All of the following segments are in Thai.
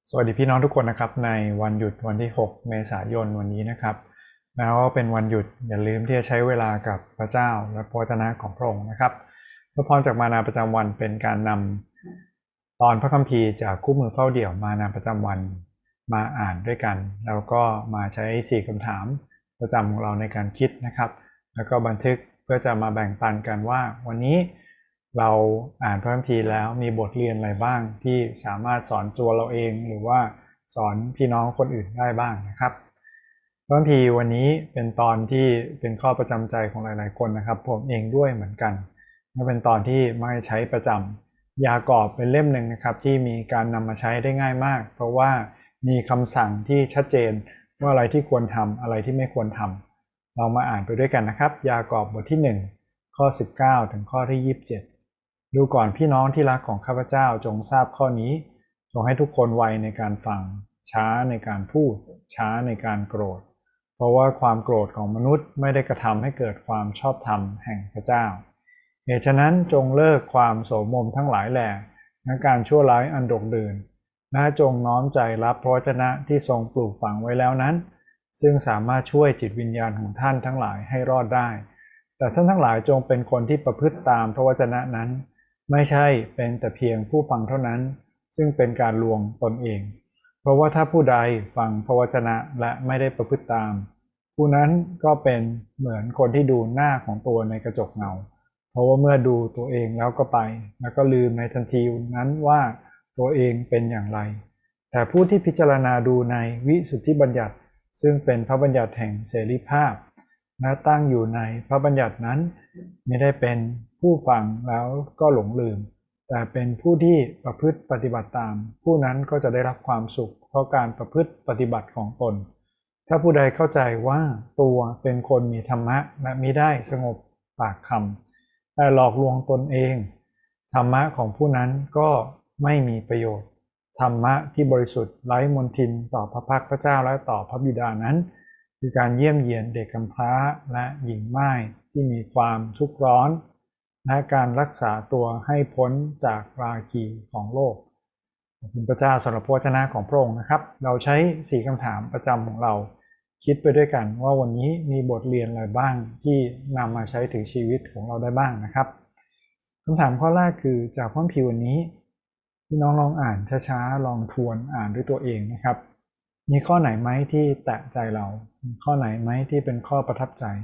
สวัสดีพี่น้องทุกคนนะครับในวันหยุดวันที่6เมษายนวันนี้นะครับแล้วเป็นวันหยุดอย่าลืมที่จะใช้เวลากับพระเจ้าและพระวจนะของพระองค์นะครับพระพรจากมานาประจำวันเป็นการนำตอนพระคัมภีร์จากคู่มือเฝ้าเดี่ยวมานาประจำวันมาอ่านด้วยกันแล้วก็มาใช้4คำถามประจำของเราในการคิดนะครับแล้วก็บันทึกเพื่อจะมาแบ่งปันกันว่าวันนี้เราอ่านพระคัมภีร์แล้วมีบทเรียนอะไรบ้างที่สามารถสอนตัวเราเองหรือว่าสอนพี่น้องคนอื่นได้บ้างนะครับพระคัมภีร์วันนี้เป็นตอนที่เป็นข้อประจำใจของหลายๆคนนะครับผมเองด้วยเหมือนกันและเป็นตอนที่ไม่ใช้ประจำยากอบเป็นเล่มหนึ่งนะครับที่มีการนำมาใช้ได้ง่ายมากเพราะว่ามีคำสั่งที่ชัดเจนว่าอะไรที่ควรทำอะไรที่ไม่ควรทำเรามาอ่านไปด้วยกันนะครับยากอบบทที่1ข้อ19ถึงข้อที่27ดูก่อนพี่น้องที่รักของข้าพเจ้าจงทราบข้อนี้จงให้ทุกคนไวในการฟังช้าในการพูดช้าในการโกรธเพราะว่าความโกรธของมนุษย์ไม่ได้กระทำให้เกิดความชอบธรรมแห่งพระเจ้าเหตุฉะนั้นจงเลิกความโสมมทั้งหลายแหล่และการชั่วร้ายอันดกดื่นและจงน้อมใจรับพระวจนะที่ทรงปลูกฝังไว้แล้วนั้นซึ่งสามารถช่วยจิตวิญญาณของท่านทั้งหลายให้รอดได้แต่ท่านทั้งหลายจงเป็นคนที่ประพฤติตามพระวจนะนั้นไม่ใช่เป็นแต่เพียงผู้ฟังเท่านั้นซึ่งเป็นการลวงตนเองเพราะว่าถ้าผู้ใดฟังพระวจนะและไม่ได้ประพฤติตามผู้นั้นก็เป็นเหมือนคนที่ดูหน้าของตัวในกระจกเงาเพราะว่าเมื่อดูตัวเองแล้วก็ไปแล้วก็ลืมในทันทีนั้นว่าตัวเองเป็นอย่างไรแต่ผู้ที่พิจารณาดูในวิสุทธิบัญญัติซึ่งเป็นพระบัญญัติแห่งเสรีภาพและตั้งอยู่ในพระบัญญัตินั้นไม่ได้เป็นผู้ฟังแล้วก็หลงลืมแต่เป็นผู้ที่ประพฤติปฏิบัติตามผู้นั้นก็จะได้รับความสุขเพราะการประพฤติปฏิบัติของตนถ้าผู้ใดเข้าใจว่าตัวเป็นคนมีธรรมะและมิได้สงบปากคำแต่หลอกลวงตนเองธรรมะของผู้นั้นก็ไม่มีประโยชน์ธรรมะที่บริสุทธิ์ไร้มลทินต่อพระพักพระเจ้าและต่อพระบิดานั้นคือการเยี่ยมเยียนเด็กกำพร้าและหญิงม่ายที่มีความทุกข์ร้อนและการรักษาตัวให้พ้นจากราคีของโลกขอบคุณพระเจ้าสำหรับพระวจนะของพระองค์นะครับเราใช้4คำถามประจำของเราคิดไปด้วยกันว่าวันนี้มีบทเรียนอะไรบ้างที่นำมาใช้ถึงชีวิตของเราได้บ้างนะครับคำถามข้อแรกคือจากพระคัมภีร์วันนี้พี่น้องลองอ่านช้าๆลองทวนอ่านด้วยตัวเองนะครับมีข้อไหนไหมที่แตะใจเรามีข้อไหนไหมที่เป็นข้อประทับใจ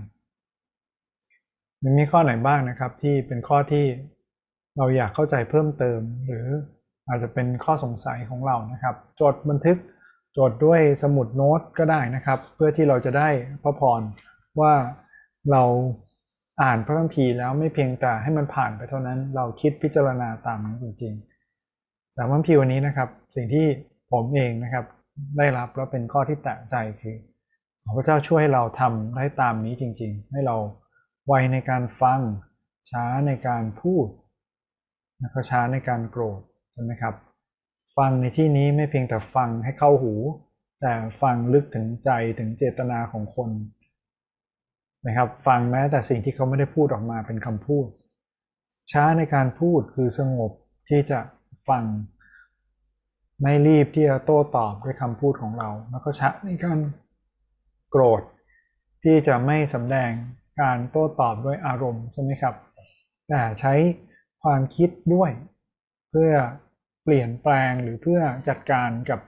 มีข้อไหนบ้างนะครับที่เป็นข้อที่เราอยากเข้าใจเพิ่มเติมหรืออาจจะเป็นข้อสงสัยของเรานะครับจดบันทึกจดด้วยสมุดโน้ตก็ได้นะครับเพื่อที่เราจะได้พระพรว่าเราอ่านพระคัมภีร์แล้วไม่เพียงแต่ให้มันผ่านไปเท่านั้นเราคิดพิจารณาตามนั้นจริงๆจากพระคัมภีร์วันนี้นะครับสิ่งที่ผมเองนะครับได้รับแล้วเป็นข้อที่แตะใจคือขอพระเจ้าช่วยให้เราทำได้ตามนี้จริงๆให้เราไวในการฟังช้าในการพูดแล้วก็ช้าในการโกรธใช่ไหมครับฟังในที่นี้ไม่เพียงแต่ฟังให้เข้าหูแต่ฟังลึกถึงใจถึงเจตนาของคนนะครับฟังแม้แต่สิ่งที่เขาไม่ได้พูดออกมาเป็นคำพูดช้าในการพูดคือสงบที่จะฟังไม่รีบที่จะโต้ตอบด้วยคำพูดของเราแล้วก็ช้าในการโกรธที่จะไม่สำแดงการโต้ตอบด้วยอารมณ์ใช่ไหมครับแต่ใช้ความคิดด้วยเพื่อเปลี่ยนแปลงหรือเพื่อจัดการกับ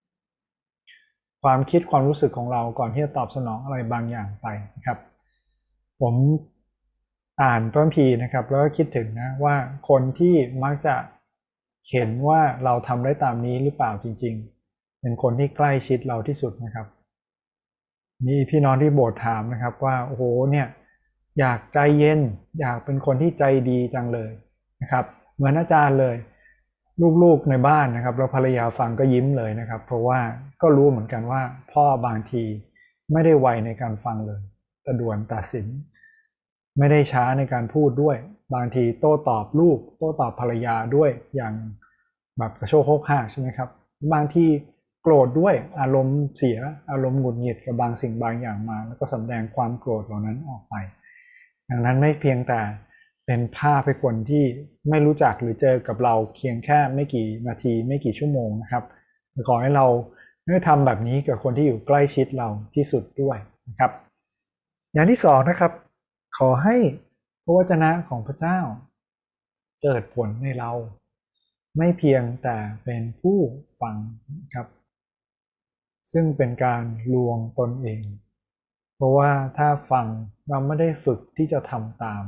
ความคิดความรู้สึกของเราก่อนที่จะตอบสนองอะไรบางอย่างไปนะครับผมอ่านพระคัมภีร์นะครับแล้วก็คิดถึงนะว่าคนที่มักจะเห็นว่าเราทำได้ตามนี้หรือเปล่าจริงๆเป็นคนที่ใกล้ชิดเราที่สุดนะครับมีพี่น้องที่โบสถ์ถามนะครับว่าโอ้โหเนี่ยอยากใจเย็นอยากเป็นคนที่ใจดีจังเลยนะครับเหมือนอาจารย์เลยลูกๆในบ้านนะครับแล้วภรรยาฟังก็ยิ้มเลยนะครับเพราะว่าก็รู้เหมือนกันว่าพ่อบางทีไม่ได้ไวในการฟังเลยแต่ด่วนตัดสินไม่ได้ช้าในการพูดด้วยบางทีโต้ตอบลูกโต้ตอบภรรยาด้วยอย่างแบบกระโชกโคกห้ากใช่ไหมครับบางทีโกรธด้วยอารมณ์เสียอารมณ์หงุดหงิดกับบางสิ่งบางอย่างมาแล้วก็แสดงความโกรธเหล่านั้นออกไปดังนั้นไม่เพียงแต่เป็นภาพให้คนที่ไม่รู้จักหรือเจอกับเราเพียงแค่ไม่กี่นาทีไม่กี่ชั่วโมงนะครับขอให้เราได้ทำแบบนี้กับคนที่อยู่ใกล้ชิดเราที่สุดด้วยนะครับอย่างที่สองนะครับขอให้พระวจนะของพระเจ้าเกิดผลในเราไม่เพียงแต่เป็นผู้ฟังครับซึ่งเป็นการลวงตนเองเพราะว่าถ้าฟังเราไม่ได้ฝึกที่จะทำตาม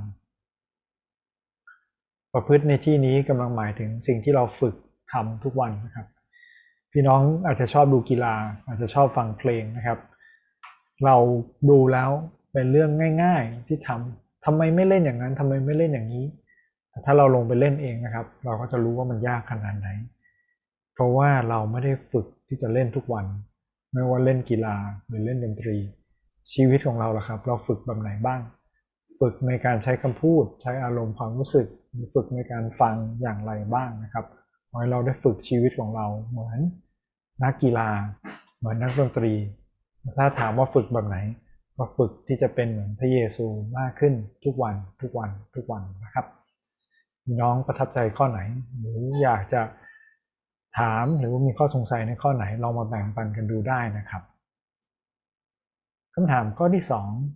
ประพฤติในที่นี้กำลังหมายถึงสิ่งที่เราฝึกทำทุกวันนะครับพี่น้องอาจจะชอบดูกีฬาอาจจะชอบฟังเพลงนะครับเราดูแล้วเป็นเรื่องง่ายๆที่ทำไมไม่เล่นอย่างนั้นทำไมไม่เล่นอย่างนี้แต่ถ้าเราลงไปเล่นเองนะครับเราก็จะรู้ว่ามันยากขนาดไหนเพราะว่าเราไม่ได้ฝึกที่จะเล่นทุกวันไม่ว่าเล่นกีฬาหรือเล่นดนตรีชีวิตของเราล่ะครับเราฝึกแบบไหนบ้างฝึกในการใช้คำพูดใช้อารมณ์ความรู้สึกฝึกในการฟังอย่างไรบ้างนะครับขอให้เราได้ฝึกชีวิตของเราเหมือนนักกีฬาเหมือนนักดนตรีถ้าถามว่าฝึกแบบไหนก็ฝึกที่จะเป็นเหมือนพระเยซูมากขึ้นทุกวันทุกวันทุกวันนะครับพี่น้องประทับใจข้อไหนหรืออยากจะถามหรือว่ามีข้อสงสัยในข้อไหนลองมาแบ่งปันกันดูได้นะครับคำถามข้อที่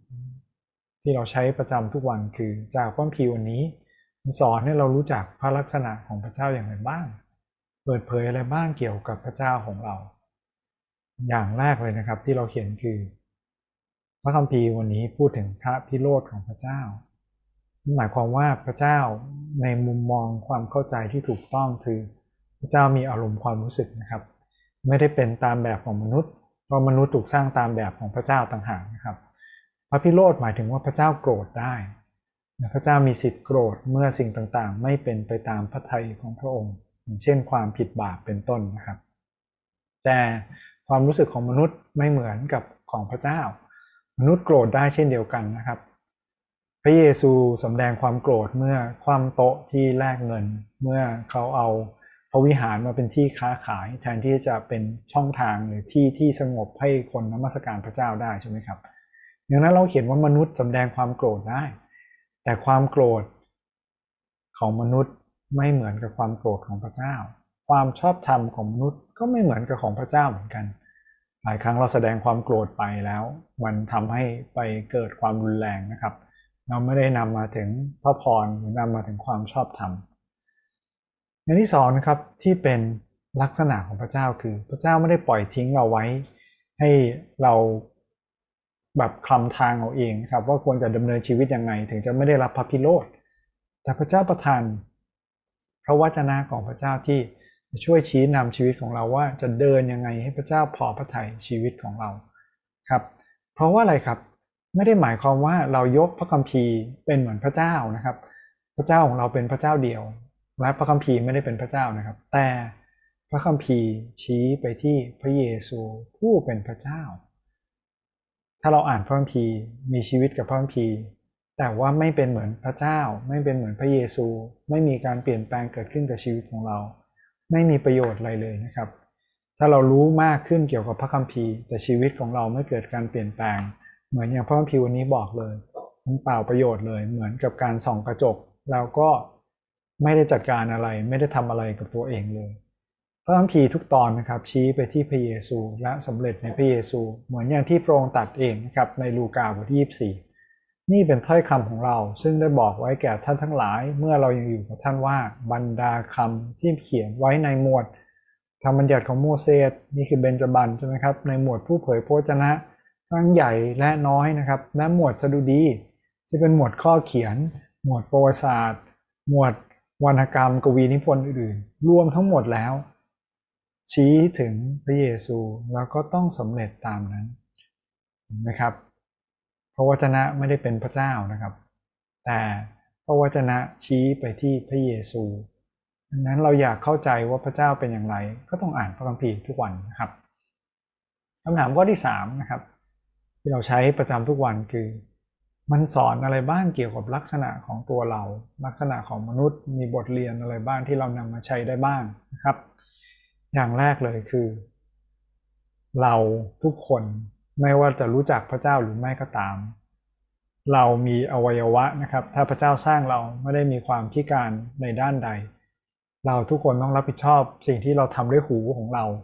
2ที่เราใช้ประจำทุกวันคือจากพระคัมภีร์วันนี้สอนให้เรารู้จักพระลักษณะของพระเจ้าอย่างไรบ้างเปิดเผยอะไรบ้างเกี่ยวกับพระเจ้าของเราอย่างแรกเลยนะครับที่เราเขียนคือพระคัมภีร์วันนี้พูดถึงพระพิโรธของพระเจ้าหมายความว่าพระเจ้าในมุมมองความเข้าใจที่ถูกต้องคือพระเจ้ามีอารมณ์ความรู้สึกนะครับไม่ได้เป็นตามแบบของมนุษย์เพราะมนุษย์ถูกสร้างตามแบบของพระเจ้าต่างหากนะครับพระพิโรธหมายถึงว่าพระเจ้าโกรธได้พระเจ้ามีสิทธิ์โกรธเมื่อสิ่งต่างๆไม่เป็นไปตามพระทัยของพระองค์อย่างเช่นความผิดบาปเป็นต้นนะครับแต่ความรู้สึกของมนุษย์ไม่เหมือนกับของพระเจ้ามนุษย์โกรธได้เช่นเดียวกันนะครับพระเยซูสำแดงความโกรธเมื่อคว่ำโต๊ะที่แลกเงินเมื่อเขาเอาพระวิหารมาเป็นที่ค้าขายแทนที่จะเป็นช่องทางหรือที่สงบให้คนนมัสการพระเจ้าได้ใช่ไหมครับดังนั้นเราเขียนว่ามนุษย์สำแดงความโกรธได้แต่ความโกรธของมนุษย์ไม่เหมือนกับความโกรธของพระเจ้าความชอบธรรมของมนุษย์ก็ไม่เหมือนกับของพระเจ้าเหมือนกันหลายครั้งเราแสดงความโกรธไปแล้วมันทำให้ไปเกิดความรุนแรงนะครับเราไม่ได้นำมาถึงพระพรหรือนำมาถึงความชอบธรรมอย่างที่สองนะครับที่เป็นลักษณะของพระเจ้าคือพระเจ้าไม่ได้ปล่อยทิ้งเราไว้ให้เราแบบคลำทางเอาเองครับว่าควรจะดำเนินชีวิตยังไงถึงจะไม่ได้รับพระพิโรธแต่พระเจ้าประทานพระวจนะของพระเจ้าที่ช่วยชี้นำชีวิตของเราว่าจะเดินยังไงให้พระเจ้าพอพระทัยชีวิตของเราครับเพราะว่าอะไรครับไม่ได้หมายความว่าเรายกพระคัมภีร์เป็นเหมือนพระเจ้านะครับพระเจ้าของเราเป็นพระเจ้าเดียวและพระคัมภีร์ไม่ได้เป็นพระเจ้านะครับแต่พระคัมภีร์ชี้ไปที่พระเยซูผู้เป็นพระเจ้าถ้าเราอ่านพระคัมภีร์มีชีวิตกับพระคัมภีร์แต่ว่าไม่เป็นเหมือนพระเจ้าไม่เป็นเหมือนพระเยซูไม่มีการเปลี่ยนแปลงเกิดขึ้นกับชีวิตของเราไม่มีประโยชน์อะไรเลยนะครับถ้าเรารู้มากขึ้นเกี่ยวกับพระคัมภีร์แต่ชีวิตของเราไม่เกิดการเปลี่ยนแปลงเหมือนอย่างพระคัมภีร์วันนี้บอกเลยมันเปล่าประโยชน์เลยเหมือนกับการส่องกระจกแล้วก็ไม่ได้จัดการอะไรไม่ได้ทำอะไรกับตัวเองเลยพระคัมภีร์ทุกตอนนะครับชี้ไปที่พระเยซูและสำเร็จในพระเยซูเหมือนอย่างที่พระองค์ตรัสเองนะครับในลูกาบทที่24นี่เป็นถ้อยคำของเราซึ่งได้บอกไว้แก่ท่านทั้งหลายเมื่อเรายังอยู่กับท่านว่าบรรดาคำที่เขียนไว้ในหมวดธรรมบัญญัติของโมเสสนี่คือเบญจบันใช่ไหมครับในหมวดผู้เผยพระวจนะทั้งใหญ่และน้อยนะครับและหมวดสดุดีที่เป็นหมวดข้อเขียนหมวดประวัติศาสตร์หมวดวรรณกรรมกวีนิพนธ์อื่นๆรวมทั้งหมดแล้วชี้ถึงพระเยซูแล้วก็ต้องสำเร็จตามนั้นเห็นไหมครับพระวจนะไม่ได้เป็นพระเจ้านะครับแต่พระวจนะชี้ไปที่พระเยซูดังนั้นเราอยากเข้าใจว่าพระเจ้าเป็นอย่างไรก็ต้องอ่านพระคัมภีร์ทุกวันนะครับคำถามข้อที่3นะครับที่เราใช้ประจำทุกวันคือมันสอนอะไรบ้างเกี่ยวกับลักษณะของตัวเราลักษณะของมนุษย์มีบทเรียนอะไรบ้างที่เรานำมาใช้ได้บ้างนะครับอย่างแรกเลยคือเราทุกคนไม่ว่าจะรู้จักพระเจ้าหรือไม่ก็ตามเรามีอวัยวะนะครับถ้าพระเจ้าสร้างเราไม่ได้มีความพิการในด้านใดเราทุกคนต้องรับผิดชอบสิ่งที่เราทำด้วยหูของเรา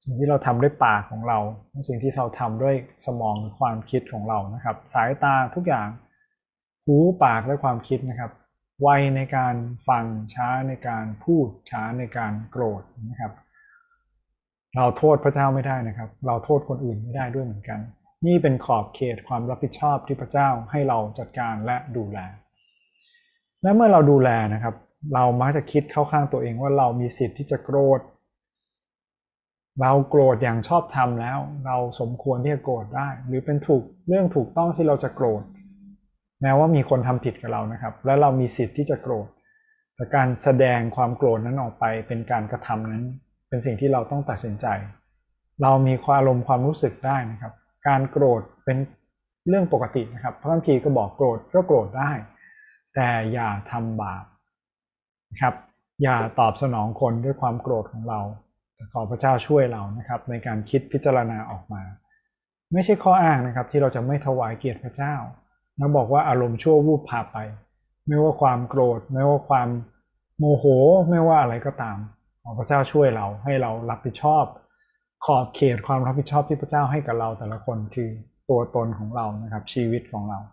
สิ่งที่เราทำด้วยปากของเราสิ่งที่เราทำด้วยสมองหรือความคิดของเรานะครับสายตาทุกอย่างหูปากและความคิดนะครับไวในการฟังช้าในการพูดช้าในการโกรธนะครับเราโทษพระเจ้าไม่ได้นะครับเราโทษคนอื่นไม่ได้ด้วยเหมือนกันนี่เป็นขอบเขตความรับผิดชอบที่พระเจ้าให้เราจัดการและดูแลและเมื่อเราดูแลนะครับเรามักจะคิดเข้าข้างตัวเองว่าเรามีสิทธิ์ที่จะโกรธเราโกรธอย่างชอบธรรมแล้วเราสมควรที่จะโกรธได้หรือเป็นเรื่องถูกต้องที่เราจะโกรธแม้ว่ามีคนทำผิดกับเรานะครับและเรามีสิทธิ์ที่จะโกรธแต่การแสดงความโกรธนั้นออกไปเป็นการกระทำนั้นเป็นสิ่งที่เราต้องตัดสินใจเรามีความอารมณ์ความรู้สึกได้นะครับการโกรธเป็นเรื่องปกตินะครับพระคัมภีร์ก็บอกโกรธก็โกรธได้แต่อย่าทำบาปนะครับอย่าตอบสนองคนด้วยความโกรธของเราขอพระเจ้าช่วยเรานะครับในการคิดพิจารณาออกมาไม่ใช่ข้ออ้างนะครับที่เราจะไม่ถวายเกียรติพระเจ้าแล้วบอกว่าอารมณ์ชั่ววูบพาไปไม่ว่าความโกรธไม่ว่าความโมโหไม่ว่าอะไรก็ตามขอพระเจ้าช่วยเราให้เรารับผิดชอบขอบเขตความรับผิดชอบที่พระเจ้าให้กับเราแต่ละคนคือตัวตนของเรานะครับชีวิตของเรา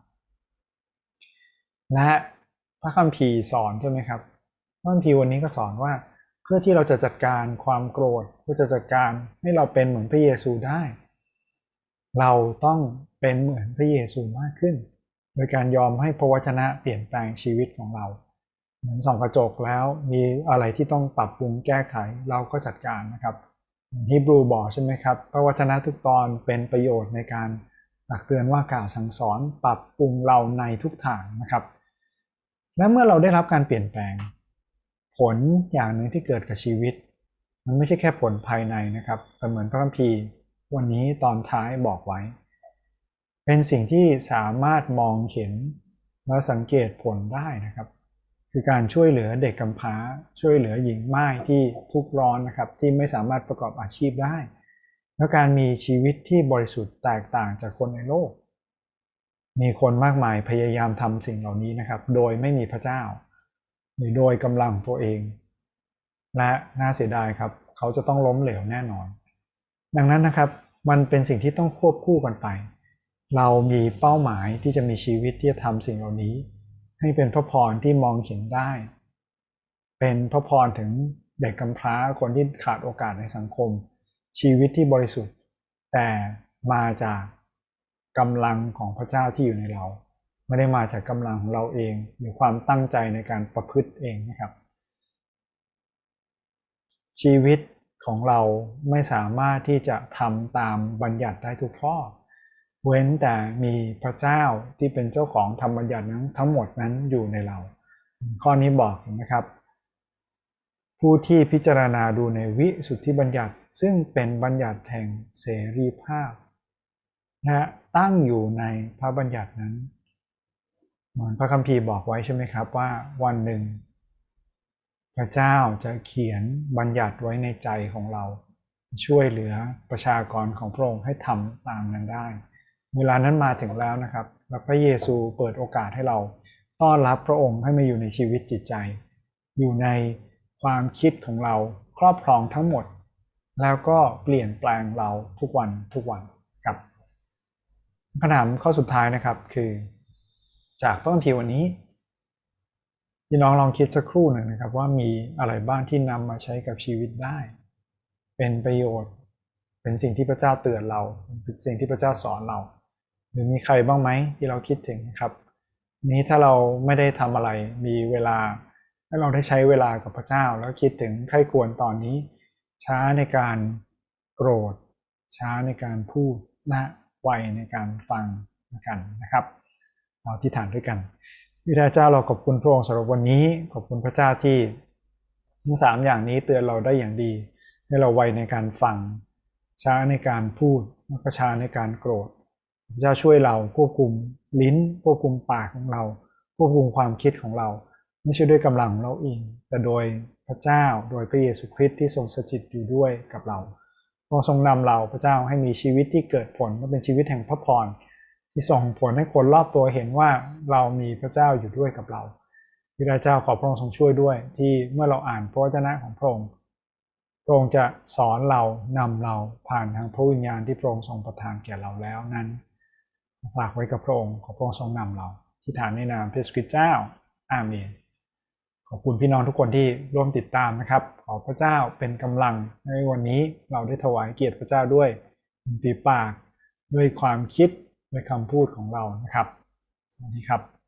และพระคัมภีร์สอนใช่ไหมครับพระคัมภีร์วันนี้ก็สอนว่าเพื่อที่เราจะจัดการความโกรธเพื่อจะจัดการให้เราเป็นเหมือนพระเยซูได้เราต้องเป็นเหมือนพระเยซูมากขึ้นโดยการยอมให้พระวจนะเปลี่ยนแปลงชีวิตของเราเหมือนส่องกระจกแล้วมีอะไรที่ต้องปรับปรุงแก้ไขเราก็จัดการนะครับฮีบรูบอกใช่ไหมครับพระวจนะทุกตอนเป็นประโยชน์ในการตักเตือนว่ากล่าวสั่งสอนปรับปรุงเราในทุกทางนะครับและเมื่อเราได้รับการเปลี่ยนแปลงผลอย่างหนึ่งที่เกิดกับชีวิตมันไม่ใช่แค่ผลภายในนะครับแต่เหมือนพระคัมภีร์วันนี้ตอนท้ายบอกไว้เป็นสิ่งที่สามารถมองเห็นและสังเกตผลได้นะครับคือการช่วยเหลือเด็กกำพร้าช่วยเหลือหญิงม่ายที่ทุกข์ร้อนนะครับที่ไม่สามารถประกอบอาชีพได้และการมีชีวิตที่บริสุทธิ์แตกต่างจากคนในโลกมีคนมากมายพยายามทำสิ่งเหล่านี้นะครับโดยไม่มีพระเจ้าหรือโดยกำลังตัวเองและน่าเสียดายครับเขาจะต้องล้มเหลวแน่นอนดังนั้นนะครับมันเป็นสิ่งที่ต้องควบคู่กันไปเรามีเป้าหมายที่จะมีชีวิตที่จะทำสิ่งเหล่านี้ให้เป็นพระพรที่มองเห็นได้เป็นพระพรถึงเด็กกำพร้าคนที่ขาดโอกาสในสังคมชีวิตที่บริสุทธิ์แต่มาจากกำลังของพระเจ้าที่อยู่ในเราไม่ได้มาจากกำลังของเราเองหรือความตั้งใจในการประพฤติเองนะครับชีวิตของเราไม่สามารถที่จะทำตามบัญญัติได้ทุกข้อเว้นแต่มีพระเจ้าที่เป็นเจ้าของธรรมบัญญัตินั้นทั้งหมดนั้นอยู่ในเราข้อนี้บอกนะครับผู้ที่พิจารณาดูในวิสุทธิบัญญัติซึ่งเป็นบัญญัติแห่งเสรีภาพและตั้งอยู่ในพระบัญญัตินั้นเหมือนพระคัมภีร์บอกไว้ใช่ไหมครับว่าวันหนึ่งพระเจ้าจะเขียนบัญญัติไว้ในใจของเราช่วยเหลือประชากรของพระองค์ให้ทำตามนั้นได้เวลานั้นมาถึงแล้วนะครับและพระเยซูเปิดโอกาสให้เราต้อนรับพระองค์ให้มาอยู่ในชีวิตจิตใจอยู่ในความคิดของเราครอบครองทั้งหมดแล้วก็เปลี่ยนแปลงเราทุกวันครับคำถามข้อสุดท้ายนะครับคือจากพระคัมภีร์วันนี้พี่น้องลองคิดสักครู่หนึ่งนะครับว่ามีอะไรบ้างที่นำมาใช้กับชีวิตได้เป็นประโยชน์เป็นสิ่งที่พระเจ้าเตือนเราเป็นสิ่งที่พระเจ้าสอนเราหรือมีใครบ้างไหมที่เราคิดถึงนะครับนี้ถ้าเราไม่ได้ทำอะไรมีเวลาให้เราได้ใช้เวลากับพระเจ้าแล้วคิดถึงใครควรตอนนี้ช้าในการโกรธช้าในการพูดและไวในการฟังกันนะครับเราอธิษฐานด้วยกันพระเจ้าเราขอบคุณพระองค์สำหรับวันนี้ขอบคุณพระเจ้าที่ทั้ง3อย่างนี้เตือนเราได้อย่างดีให้เราไวในการฟังช้าในการพูดแล้วก็ช้าในการโกรธพระเจ้าช่วยเราควบคุมลิ้นควบคุมปากของเราควบคุมความคิดของเราไม่ใช่ด้วยกำลังของเราเองแต่โดยพระเจ้าโดยพระเยซูคริสต์ที่ทรงสถิตอยู่ด้วยกับเราทรงนำเราพระเจ้าให้มีชีวิตที่เกิดผลและเป็นชีวิตแห่งพระพรที่ส่งผลให้คนรอบตัวเห็นว่าเรามีพระเจ้าอยู่ด้วยกับเราพระเจ้าขอพระองค์ทรงช่วยด้วยที่เมื่อเราอ่านพระวจนะของพระองค์ระองค์จะสอนเรานำเราผ่านทางพระวิญญาณที่พระองค์ทรงประทานแก่เราแล้วนั้นฝากไว้กับพระองค์ขอพระองค์ทรงนำเราที่ฐานในนามพระคริสต์เจ้าอาเมนขอบคุณพี่น้องทุกคนที่ร่วมติดตามนะครับขอพระเจ้าเป็นกำลังในวันนี้เราได้ถวายเกียรติพระเจ้าด้วยฝีปากด้วยความคิดด้วยคำพูดของเรานะครับสวัสดีครับ